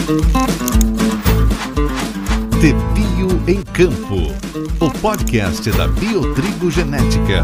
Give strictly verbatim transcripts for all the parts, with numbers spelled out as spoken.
De Bio em Campo, o podcast da Biotrigo Genética.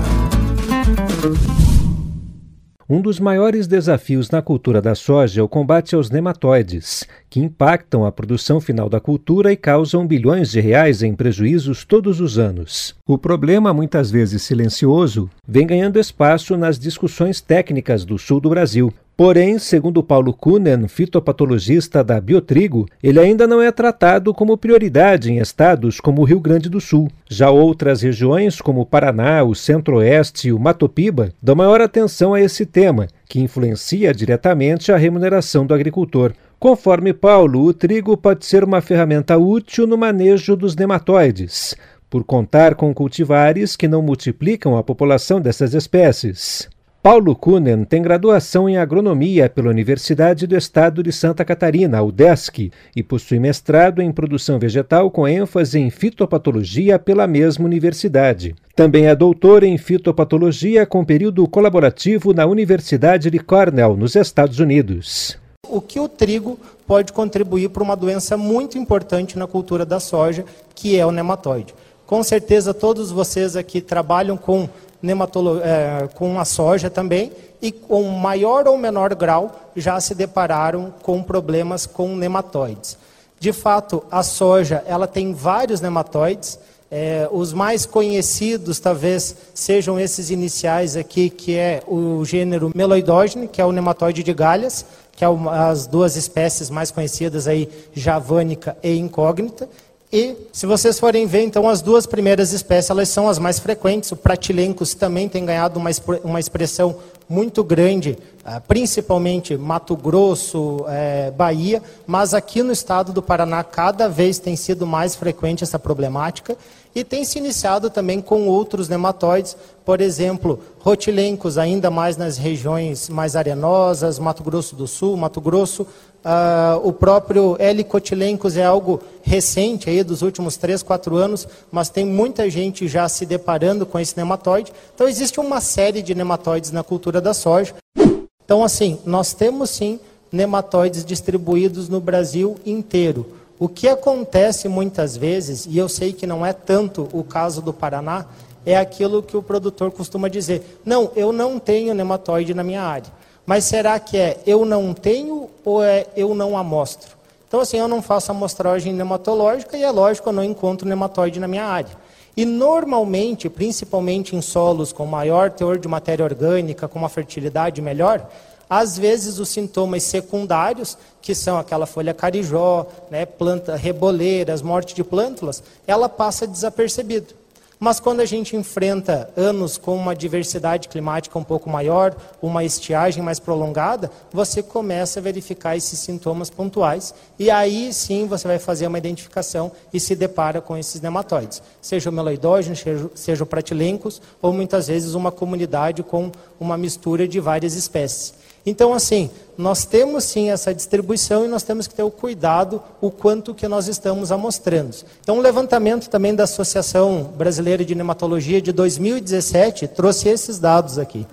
Um dos maiores desafios na cultura da soja é o combate aos nematóides, que impactam a produção final da cultura e causam bilhões de reais em prejuízos todos os anos. O problema, muitas vezes silencioso, vem ganhando espaço nas discussões técnicas do sul do Brasil. Porém, segundo Paulo Kunen, fitopatologista da Biotrigo, ele ainda não é tratado como prioridade em estados como o Rio Grande do Sul. Já outras regiões, como o Paraná, o Centro-Oeste e o Mato Piba, dão maior atenção a esse tema, que influencia diretamente a remuneração do agricultor. Conforme Paulo, o trigo pode ser uma ferramenta útil no manejo dos nematóides, por contar com cultivares que não multiplicam a população dessas espécies. Paulo Kunen tem graduação em agronomia pela Universidade do Estado de Santa Catarina, UDESC, e possui mestrado em produção vegetal com ênfase em fitopatologia pela mesma universidade. Também é doutor em fitopatologia com período colaborativo na Universidade de Cornell, nos Estados Unidos. O que o trigo pode contribuir para uma doença muito importante na cultura da soja, que é o nematóide. Com certeza todos vocês aqui trabalham com Nematolo- é, com a soja também, e com maior ou menor grau já se depararam com problemas com nematóides. De fato, a soja ela tem vários nematóides, é, os mais conhecidos talvez sejam esses iniciais aqui, que é o gênero Meloidogene, que é o nematóide de galhas, que é uma, as duas espécies mais conhecidas aí, javânica e incógnita. E, se vocês forem ver, então, as duas primeiras espécies, elas são as mais frequentes. O Pratilencos também tem ganhado uma, uma expressão muito grande, principalmente Mato Grosso, é, Bahia, mas aqui no estado do Paraná cada vez tem sido mais frequente essa problemática e tem se iniciado também com outros nematóides, por exemplo, Rotilencos, ainda mais nas regiões mais arenosas, Mato Grosso do Sul, Mato Grosso. Uh, o próprio Helicotilencos é algo recente, aí, dos últimos três, quatro anos, mas tem muita gente já se deparando com esse nematóide. Então, existe uma série de nematóides na cultura da soja. Então, assim, nós temos, sim, nematóides distribuídos no Brasil inteiro. O que acontece muitas vezes, e eu sei que não é tanto o caso do Paraná, é aquilo que o produtor costuma dizer: não, eu não tenho nematóide na minha área. Mas será que é eu não tenho ou é eu não amostro? Então, assim, eu não faço amostragem nematológica e é lógico, eu não encontro nematóide na minha área. E normalmente, principalmente em solos com maior teor de matéria orgânica, com uma fertilidade melhor, às vezes os sintomas secundários, que são aquela folha carijó, né, planta, reboleiras, morte de plântulas, ela passa desapercebido. Mas quando a gente enfrenta anos com uma diversidade climática um pouco maior, uma estiagem mais prolongada, você começa a verificar esses sintomas pontuais e aí sim você vai fazer uma identificação e se depara com esses nematóides. Seja o meloidógeno, seja, seja o pratilencos, ou muitas vezes uma comunidade com uma mistura de várias espécies. Então, assim, nós temos sim essa distribuição e nós temos que ter o cuidado o quanto que nós estamos amostrando. Então, um levantamento também da Associação Brasileira de Nematologia de dois mil e dezessete trouxe esses dados aqui.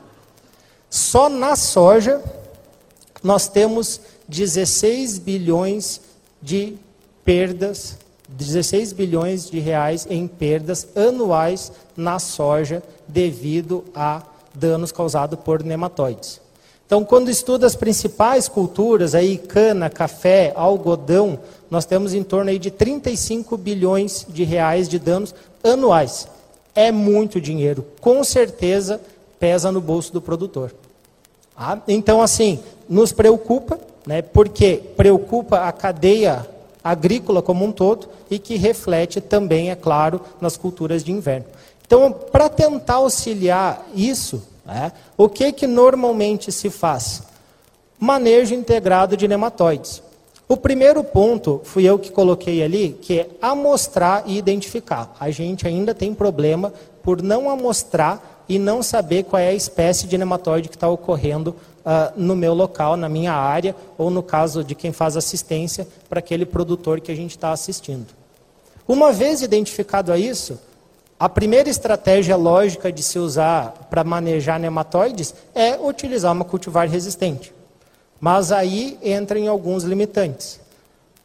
Só na soja nós temos dezesseis bilhões de perdas, dezesseis bilhões de reais em perdas anuais na soja devido a danos causados por nematóides. Então, quando estuda as principais culturas, aí, cana, café, algodão, nós temos em torno aí de trinta e cinco bilhões de reais de danos anuais. É muito dinheiro. Com certeza, pesa no bolso do produtor. Ah, então, assim, nos preocupa, né, porque preocupa a cadeia agrícola como um todo e que reflete também, é claro, nas culturas de inverno. Então, para tentar auxiliar isso, né, o que que normalmente se faz? Manejo integrado de nematóides. O primeiro ponto, fui eu que coloquei ali, que é amostrar e identificar. A gente ainda tem problema por não amostrar e não saber qual é a espécie de nematóide que está ocorrendo uh, no meu local, na minha área, ou no caso de quem faz assistência para aquele produtor que a gente está assistindo. Uma vez identificado isso, a primeira estratégia lógica de se usar para manejar nematóides é utilizar uma cultivar resistente. Mas aí entra em alguns limitantes.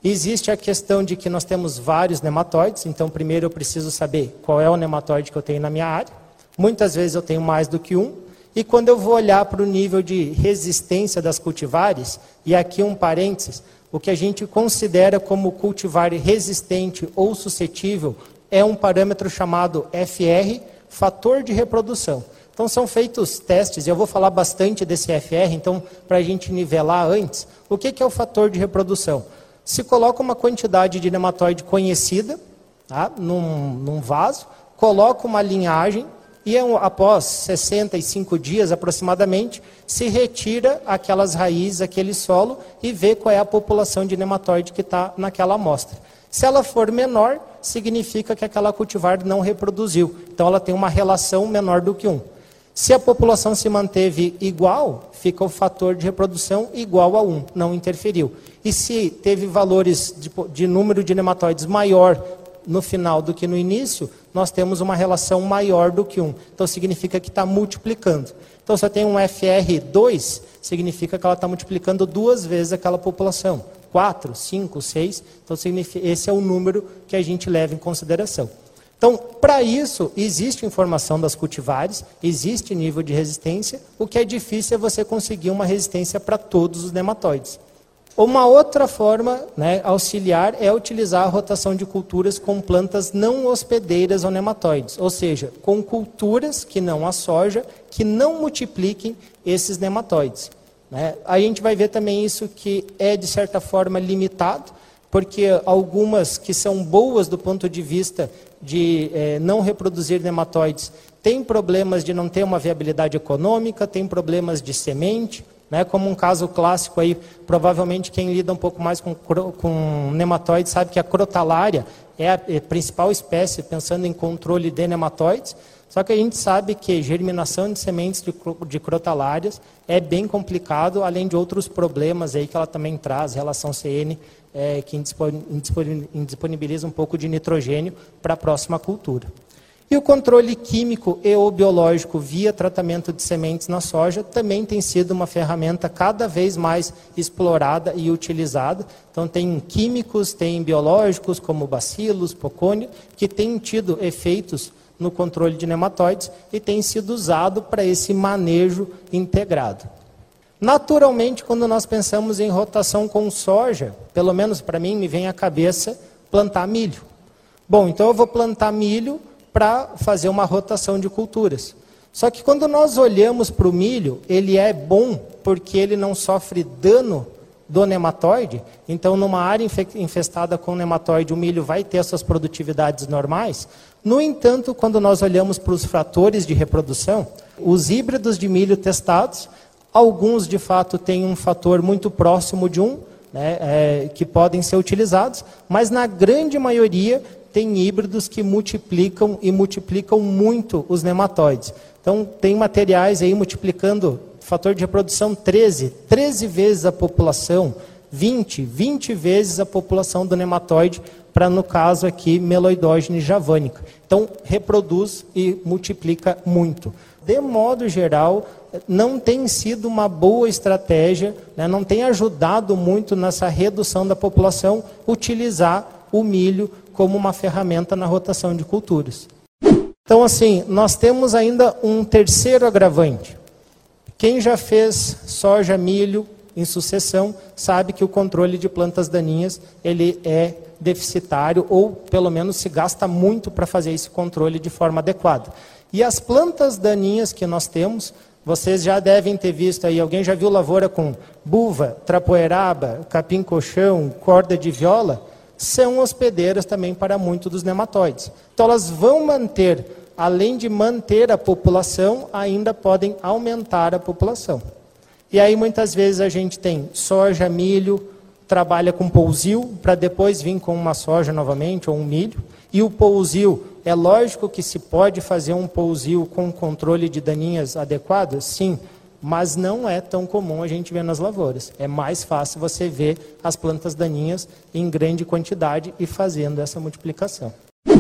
Existe a questão de que nós temos vários nematóides, então primeiro eu preciso saber qual é o nematóide que eu tenho na minha área. Muitas vezes eu tenho mais do que um. E quando eu vou olhar para o nível de resistência das cultivares, e aqui um parênteses, o que a gente considera como cultivar resistente ou suscetível é um parâmetro chamado F R, fator de reprodução. Então são feitos testes, e eu vou falar bastante desse F R, então para a gente nivelar antes, o que, que é o fator de reprodução? Se coloca uma quantidade de nematóide conhecida, tá, num, num vaso, coloca uma linhagem, e após sessenta e cinco dias aproximadamente, se retira aquelas raízes, aquele solo, e vê qual é a população de nematóide que está naquela amostra. Se ela for menor, significa que aquela cultivar não reproduziu. Então ela tem uma relação menor do que um. Se a população se manteve igual, fica o fator de reprodução igual a um, não interferiu. E se teve valores de, de número de nematóides maior no final do que no início, nós temos uma relação maior do que um. Então significa que está multiplicando. Então se eu tenho um F R dois, significa que ela está multiplicando duas vezes aquela população. quatro, cinco, seis, então significa, esse é o número que a gente leva em consideração. Então, para isso, existe informação das cultivares, existe nível de resistência, o que é difícil é você conseguir uma resistência para todos os nematóides. Uma outra forma, né, auxiliar é utilizar a rotação de culturas com plantas não hospedeiras ou nematóides, ou seja, com culturas, que não a soja, que não multipliquem esses nematóides. Né? Aí a gente vai ver também isso que é, de certa forma, limitado, porque algumas que são boas do ponto de vista de eh, não reproduzir nematóides têm problemas de não ter uma viabilidade econômica, têm problemas de semente, né? Como um caso clássico aí, provavelmente quem lida um pouco mais com, com nematóides sabe que a crotalária é a principal espécie, pensando em controle de nematóides, só que a gente sabe que germinação de sementes de, de crotalárias é bem complicado, além de outros problemas aí que ela também traz, relação C N, é, que indisponibiliza um pouco de nitrogênio para a próxima cultura. E o controle químico e ou biológico via tratamento de sementes na soja também tem sido uma ferramenta cada vez mais explorada e utilizada. Então tem químicos, tem biológicos como bacilos, pocônio, que têm tido efeitos no controle de nematóides e tem sido usado para esse manejo integrado. Naturalmente, quando nós pensamos em rotação com soja, pelo menos para mim me vem à cabeça plantar milho. Bom, então eu vou plantar milho para fazer uma rotação de culturas. Só que quando nós olhamos para o milho, ele é bom porque ele não sofre dano do nematóide. Então, numa área infestada com nematóide, o milho vai ter as suas produtividades normais. No entanto, quando nós olhamos para os fatores de reprodução, os híbridos de milho testados, alguns de fato têm um fator muito próximo de um, né, é, que podem ser utilizados, mas na grande maioria tem híbridos que multiplicam e multiplicam muito os nematóides. Então, tem materiais aí multiplicando fator de reprodução treze, treze vezes a população, vinte, vinte vezes a população do nematóide, para, no caso aqui, Meloidogene javanica. Então, reproduz e multiplica muito. De modo geral, não tem sido uma boa estratégia, né, não tem ajudado muito nessa redução da população, utilizar o milho como uma ferramenta na rotação de culturas. Então, assim, nós temos ainda um terceiro agravante. Quem já fez soja, milho em sucessão, sabe que o controle de plantas daninhas ele é deficitário, ou pelo menos se gasta muito para fazer esse controle de forma adequada. E as plantas daninhas que nós temos, vocês já devem ter visto aí, alguém já viu lavoura com buva, trapoeraba, capim-coxão, corda de viola? São hospedeiras também para muitos dos nematóides. Então elas vão manter, além de manter a população, ainda podem aumentar a população. E aí muitas vezes a gente tem soja, milho, trabalha com pousio, para depois vir com uma soja novamente, ou um milho. E o pousio, é lógico que se pode fazer um pousio com controle de daninhas adequado? Sim, mas não é tão comum a gente ver nas lavouras. É mais fácil você ver as plantas daninhas em grande quantidade e fazendo essa multiplicação.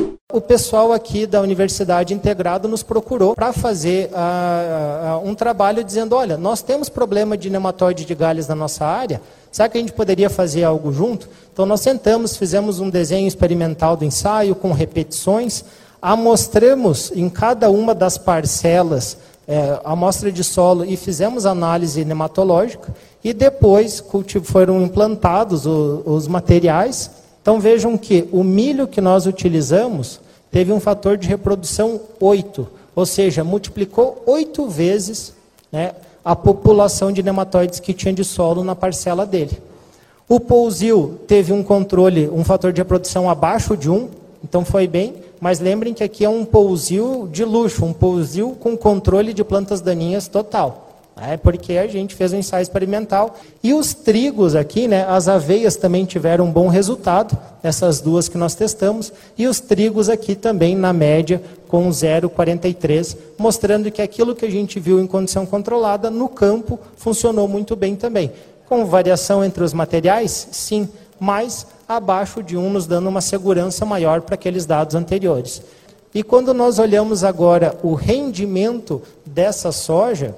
O pessoal aqui da Universidade Integrado nos procurou para fazer uh, uh, um trabalho dizendo, olha, nós temos problema de nematóide de galhas na nossa área, será que a gente poderia fazer algo junto? Então nós sentamos, fizemos um desenho experimental do ensaio com repetições, amostramos em cada uma das parcelas é, a amostra de solo e fizemos análise nematológica e depois foram implantados o, os materiais. Então vejam que o milho que nós utilizamos teve um fator de reprodução oito, ou seja, multiplicou oito vezes, né, a população de nematóides que tinha de solo na parcela dele. O pousil teve um controle, um fator de reprodução abaixo de um, então foi bem, mas lembrem que aqui é um pousil de luxo, um pousil com controle de plantas daninhas total. É porque a gente fez um ensaio experimental. E os trigos aqui, né, as aveias também tiveram um bom resultado, essas duas que nós testamos, e os trigos aqui também na média com zero vírgula quarenta e três, mostrando que aquilo que a gente viu em condição controlada no campo funcionou muito bem também. Com variação entre os materiais, sim, mas abaixo de um, nos dando uma segurança maior para aqueles dados anteriores. E quando nós olhamos agora o rendimento dessa soja,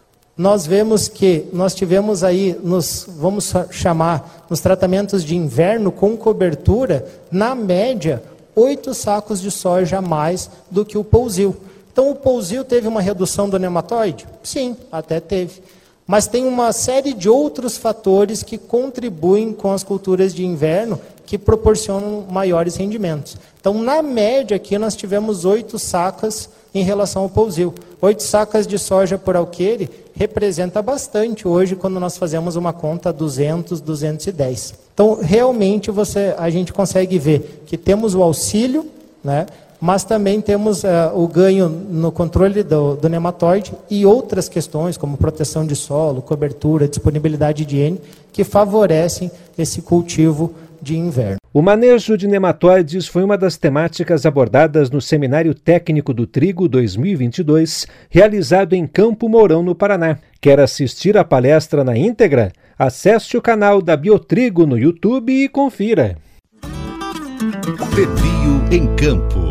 nós vemos que nós tivemos aí, nos, vamos chamar, nos tratamentos de inverno com cobertura, na média, oito sacos de soja a mais do que o pousil. Então o pousil teve uma redução do nematóide? Sim, até teve. Mas tem uma série de outros fatores que contribuem com as culturas de inverno que proporcionam maiores rendimentos. Então, na média aqui, nós tivemos oito sacas em relação ao pousil. Oito sacas de soja por alqueire representa bastante hoje quando nós fazemos uma conta duzentos, duzentos e dez. Então, realmente, você, a gente consegue ver que temos o auxílio, né? Mas também temos uh, o ganho no controle do, do nematóide e outras questões, como proteção de solo, cobertura, disponibilidade de N, que favorecem esse cultivo de inverno. O manejo de nematóides foi uma das temáticas abordadas no Seminário Técnico do Trigo dois mil e vinte e dois, realizado em Campo Mourão, no Paraná. Quer assistir a palestra na íntegra? Acesse o canal da Biotrigo no YouTube e confira. Pepio em Campo.